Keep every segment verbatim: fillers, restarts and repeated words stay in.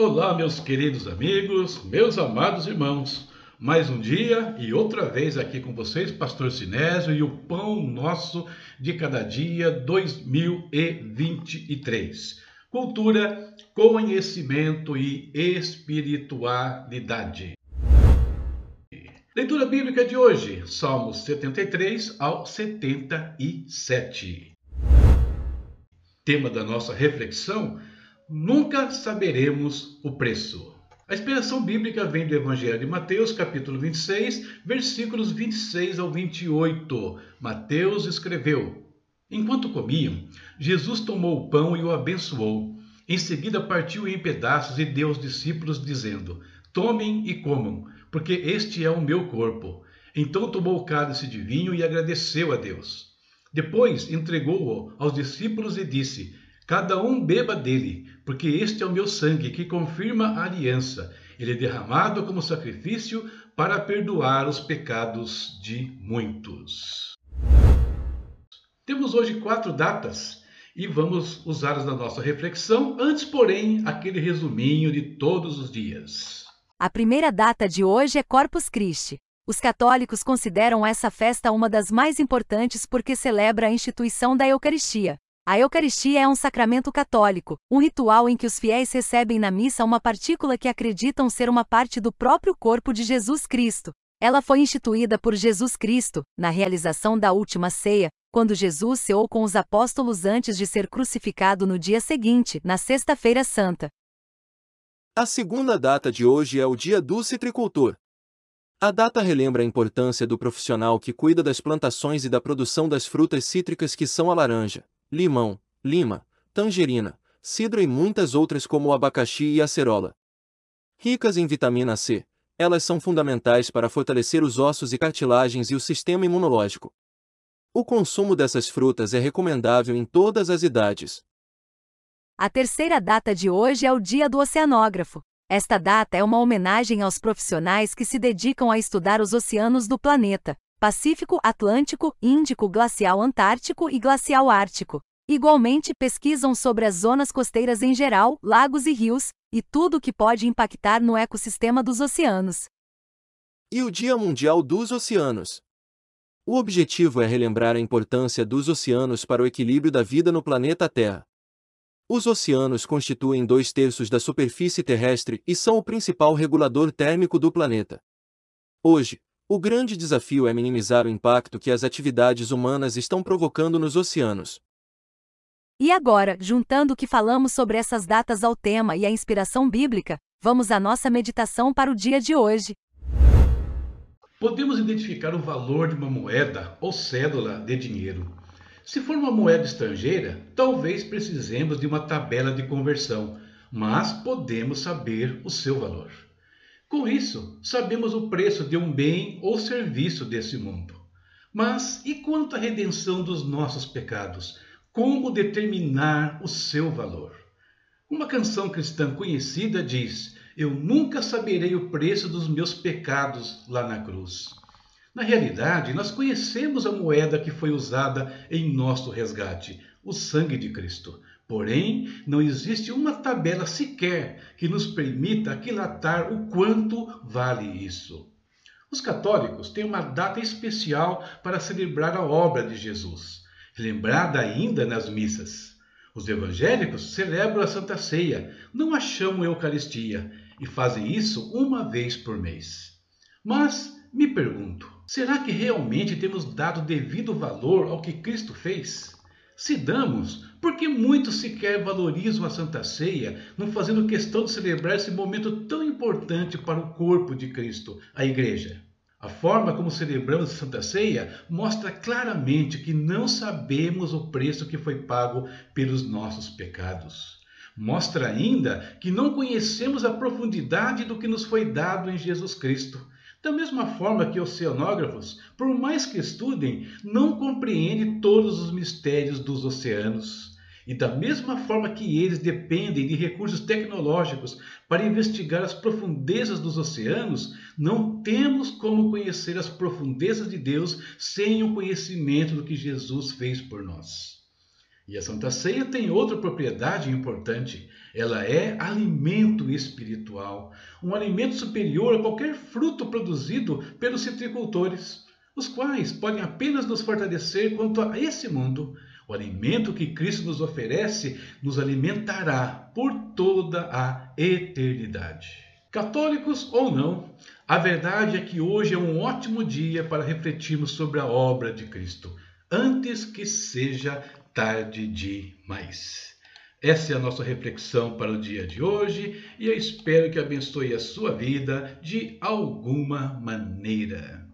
Olá, meus queridos amigos, meus amados irmãos. Mais um dia e outra vez aqui com vocês, Pastor Sinésio e o Pão Nosso de Cada Dia dois mil e vinte e três. Cultura, conhecimento e espiritualidade. Leitura bíblica de hoje, Salmos setenta e três ao setenta e sete. Tema da nossa reflexão: nunca saberemos o preço. A inspiração bíblica vem do Evangelho de Mateus, capítulo vinte e seis, versículos vinte e seis ao vinte e oito. Mateus escreveu: Enquanto comiam, Jesus tomou o pão e o abençoou. Em seguida partiu em pedaços e deu aos discípulos, dizendo: Tomem e comam, porque este é o meu corpo. Então tomou o cálice de vinho e agradeceu a Deus. Depois entregou-o aos discípulos e disse: Cada um beba dele, porque este é o meu sangue, que confirma a aliança. Ele é derramado como sacrifício para perdoar os pecados de muitos. Temos hoje quatro datas e vamos usá-las na nossa reflexão. Antes, porém, aquele resuminho de todos os dias. A primeira data de hoje é Corpus Christi. Os católicos consideram essa festa uma das mais importantes porque celebra a instituição da Eucaristia. A Eucaristia é um sacramento católico, um ritual em que os fiéis recebem na missa uma partícula que acreditam ser uma parte do próprio corpo de Jesus Cristo. Ela foi instituída por Jesus Cristo, na realização da última ceia, quando Jesus ceou com os apóstolos antes de ser crucificado no dia seguinte, na Sexta-feira Santa. A segunda data de hoje é o Dia do Citricultor. A data relembra a importância do profissional que cuida das plantações e da produção das frutas cítricas que são a laranja, limão, lima, tangerina, cidro e muitas outras como o abacaxi e a acerola. Ricas em vitamina C, elas são fundamentais para fortalecer os ossos e cartilagens e o sistema imunológico. O consumo dessas frutas é recomendável em todas as idades. A terceira data de hoje é o Dia do Oceanógrafo. Esta data é uma homenagem aos profissionais que se dedicam a estudar os oceanos do planeta: Pacífico, Atlântico, Índico, Glacial Antártico e Glacial Ártico. Igualmente pesquisam sobre as zonas costeiras em geral, lagos e rios, e tudo o que pode impactar no ecossistema dos oceanos. E o Dia Mundial dos Oceanos. O objetivo é relembrar a importância dos oceanos para o equilíbrio da vida no planeta Terra. Os oceanos constituem dois terços da superfície terrestre e são o principal regulador térmico do planeta. Hoje, o grande desafio é minimizar o impacto que as atividades humanas estão provocando nos oceanos. E agora, juntando o que falamos sobre essas datas ao tema e à inspiração bíblica, vamos à nossa meditação para o dia de hoje. Podemos identificar o valor de uma moeda ou cédula de dinheiro. Se for uma moeda estrangeira, talvez precisemos de uma tabela de conversão, mas podemos saber o seu valor. Com isso, sabemos o preço de um bem ou serviço desse mundo. Mas e quanto à redenção dos nossos pecados? Como determinar o seu valor? Uma canção cristã conhecida diz: Eu nunca saberei o preço dos meus pecados lá na cruz. Na realidade, nós conhecemos a moeda que foi usada em nosso resgate, o sangue de Cristo. Porém, não existe uma tabela sequer que nos permita aquilatar o quanto vale isso. Os católicos têm uma data especial para celebrar a obra de Jesus, lembrada ainda nas missas. Os evangélicos celebram a Santa Ceia, não a chamam Eucaristia, e fazem isso uma vez por mês. Mas me pergunto, será que realmente temos dado devido valor ao que Cristo fez? Se damos, por que muitos sequer valorizam a Santa Ceia, não fazendo questão de celebrar esse momento tão importante para o corpo de Cristo, a Igreja? A forma como celebramos a Santa Ceia mostra claramente que não sabemos o preço que foi pago pelos nossos pecados. Mostra ainda que não conhecemos a profundidade do que nos foi dado em Jesus Cristo. Da mesma forma que oceanógrafos, por mais que estudem, não compreendem todos os mistérios dos oceanos. E da mesma forma que eles dependem de recursos tecnológicos para investigar as profundezas dos oceanos, não temos como conhecer as profundezas de Deus sem o conhecimento do que Jesus fez por nós. E a Santa Ceia tem outra propriedade importante. Ela é alimento espiritual, um alimento superior a qualquer fruto produzido pelos citricultores, os quais podem apenas nos fortalecer quanto a esse mundo. O alimento que Cristo nos oferece nos alimentará por toda a eternidade. Católicos ou não, a verdade é que hoje é um ótimo dia para refletirmos sobre a obra de Cristo, antes que seja tarde demais. Essa é a nossa reflexão para o dia de hoje e eu espero que abençoe a sua vida de alguma maneira.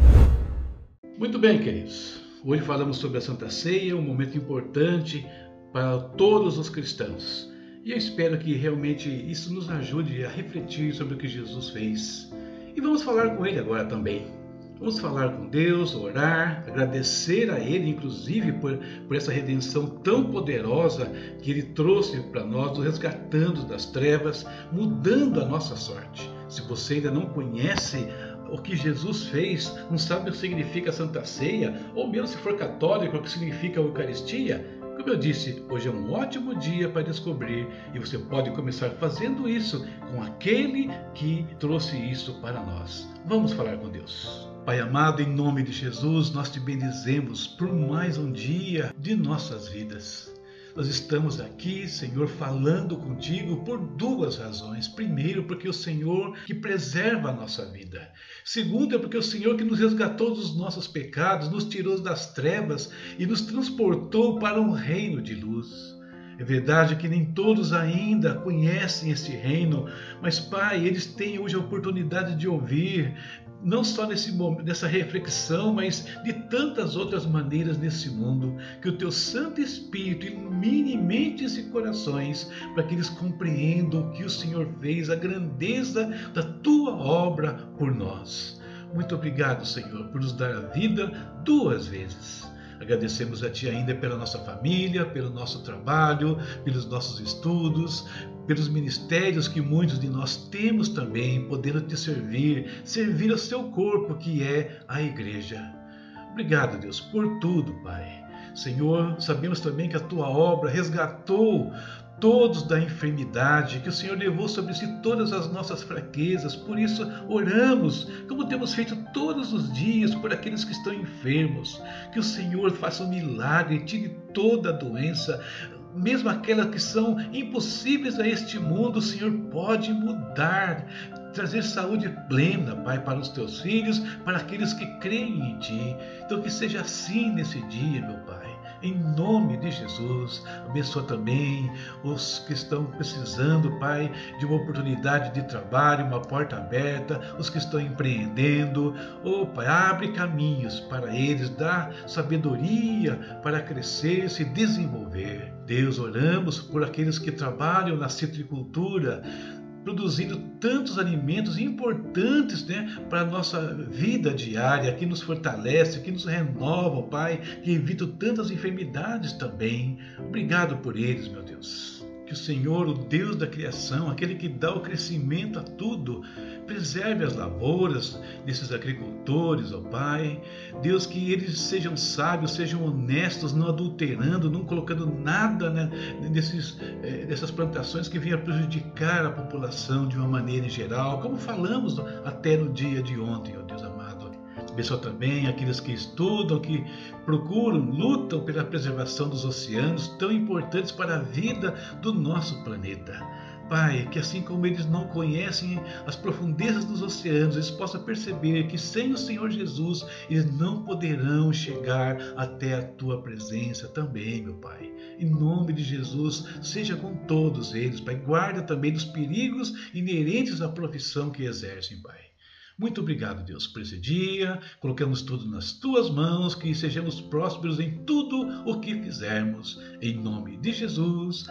Muito bem, queridos. Hoje falamos sobre a Santa Ceia, um momento importante para todos os cristãos. E eu espero que realmente isso nos ajude a refletir sobre o que Jesus fez. E vamos falar com Ele agora também. Vamos falar com Deus, orar, agradecer a Ele, inclusive, por, por essa redenção tão poderosa que Ele trouxe para nós, nos resgatando das trevas, mudando a nossa sorte. Se você ainda não conhece o que Jesus fez, não sabe o que significa a Santa Ceia, ou mesmo se for católico, o que significa a Eucaristia, como eu disse, hoje é um ótimo dia para descobrir e você pode começar fazendo isso com aquele que trouxe isso para nós. Vamos falar com Deus. Pai amado, em nome de Jesus, nós te bendizemos por mais um dia de nossas vidas. Nós estamos aqui, Senhor, falando contigo por duas razões. Primeiro, porque é o Senhor que preserva a nossa vida. Segundo, é porque é o Senhor que nos resgatou dos nossos pecados, nos tirou das trevas e nos transportou para um reino de luz. É verdade que nem todos ainda conhecem esse reino, mas, Pai, eles têm hoje a oportunidade de ouvir, não só nesse momento, nessa reflexão, mas de tantas outras maneiras nesse mundo, que o Teu Santo Espírito ilumine mentes e corações para que eles compreendam o que o Senhor fez, a grandeza da Tua obra por nós. Muito obrigado, Senhor, por nos dar a vida duas vezes. Agradecemos a Ti ainda pela nossa família, pelo nosso trabalho, pelos nossos estudos, pelos ministérios que muitos de nós temos também, podendo Te servir, servir ao Seu corpo, que é a Igreja. Obrigado, Deus, por tudo, Pai. Senhor, sabemos também que a Tua obra resgatou todos da enfermidade, que o Senhor levou sobre si todas as nossas fraquezas. Por isso oramos, como temos feito todos os dias, por aqueles que estão enfermos. Que o Senhor faça um milagre, tire toda a doença, mesmo aquelas que são impossíveis a este mundo. O Senhor pode mudar, trazer saúde plena, Pai, para os Teus filhos, para aqueles que creem em Ti. Então que seja assim nesse dia, meu Pai. Em nome de Jesus, abençoa também os que estão precisando, Pai, de uma oportunidade de trabalho, uma porta aberta, os que estão empreendendo. Oh, Pai, abre caminhos para eles, dá sabedoria para crescer, se desenvolver. Deus, oramos por aqueles que trabalham na citricultura, produzindo tantos alimentos importantes, né, para a nossa vida diária, que nos fortalece, que nos renova, Pai, que evita tantas enfermidades também. Obrigado por eles, meu Deus. Que o Senhor, o Deus da criação, aquele que dá o crescimento a tudo, preserve as lavouras desses agricultores, ó Pai. Deus, que eles sejam sábios, sejam honestos, não adulterando, não colocando nada, né, nesses, é, dessas plantações que venham a prejudicar a população de uma maneira em geral, como falamos até no dia de ontem, ó Deus amado. Abençoa também aqueles que estudam, que procuram, lutam pela preservação dos oceanos, tão importantes para a vida do nosso planeta. Pai, que assim como eles não conhecem as profundezas dos oceanos, eles possam perceber que sem o Senhor Jesus, eles não poderão chegar até a Tua presença também, meu Pai. Em nome de Jesus, seja com todos eles, Pai. Guarda também dos perigos inerentes à profissão que exercem, Pai. Muito obrigado, Deus, por esse dia. Colocamos tudo nas Tuas mãos, que sejamos prósperos em tudo o que fizermos. Em nome de Jesus.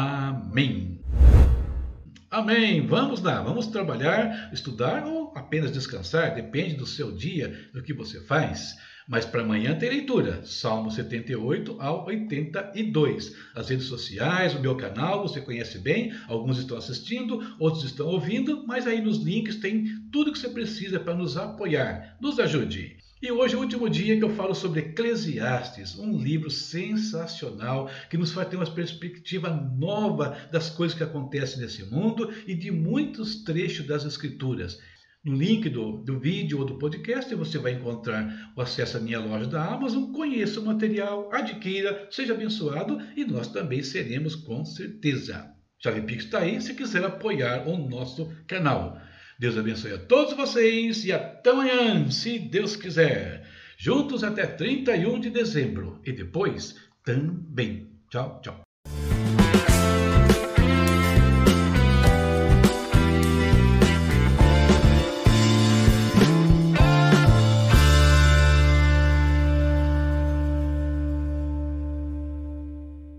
Amém. Amém. Vamos lá, vamos trabalhar, estudar ou apenas descansar, depende do seu dia, do que você faz. Mas para amanhã tem leitura, Salmo setenta e oito ao oitenta e dois. As redes sociais, o meu canal, você conhece bem, alguns estão assistindo, outros estão ouvindo, mas aí nos links tem tudo que você precisa para nos apoiar. Nos ajude. E hoje é o último dia que eu falo sobre Eclesiastes, um livro sensacional que nos faz ter uma perspectiva nova das coisas que acontecem nesse mundo e de muitos trechos das Escrituras. No link do, do vídeo ou do podcast você vai encontrar o acesso à minha loja da Amazon. Conheça o material, adquira, seja abençoado e nós também seremos com certeza. Chave Pix está aí se quiser apoiar o nosso canal. Deus abençoe a todos vocês e até amanhã, se Deus quiser. Juntos até trinta e um de dezembro e depois também. Tchau, tchau.